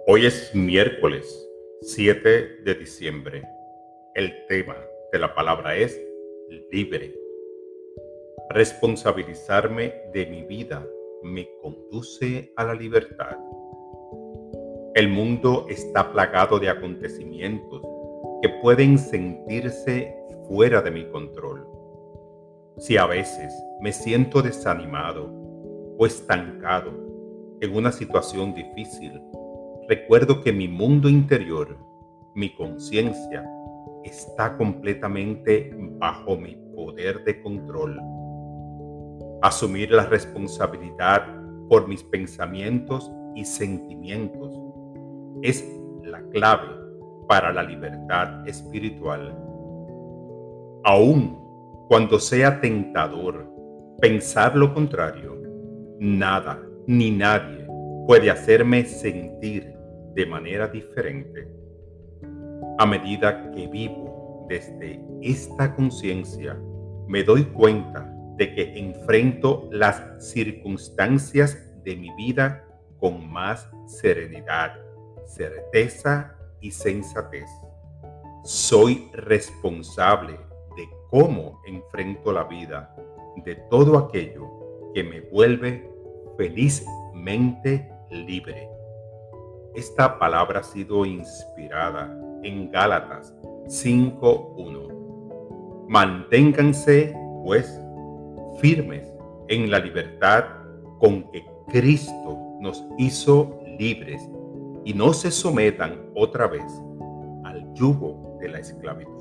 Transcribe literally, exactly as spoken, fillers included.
Hoy es miércoles siete de diciembre. El tema de la palabra es libre. Responsabilizarme de mi vida me conduce a la libertad. El mundo está plagado de acontecimientos que pueden sentirse fuera de mi control. Si a veces me siento desanimado o estancado en una situación difícil, recuerdo que mi mundo interior, mi conciencia, está completamente bajo mi poder de control. Asumir la responsabilidad por mis pensamientos y sentimientos es la clave para la libertad espiritual. Aun cuando sea tentador pensar lo contrario, nada ni nadie puede hacerme sentir de manera diferente. A medida que vivo desde esta conciencia, me doy cuenta de que enfrento las circunstancias de mi vida con más serenidad, certeza y sensatez. Soy responsable de cómo enfrento la vida, de todo aquello que me vuelve felizmente libre. Esta palabra ha sido inspirada en Gálatas cinco uno. Manténganse, pues, firmes en la libertad con que Cristo nos hizo libres y no se sometan otra vez al yugo de la esclavitud.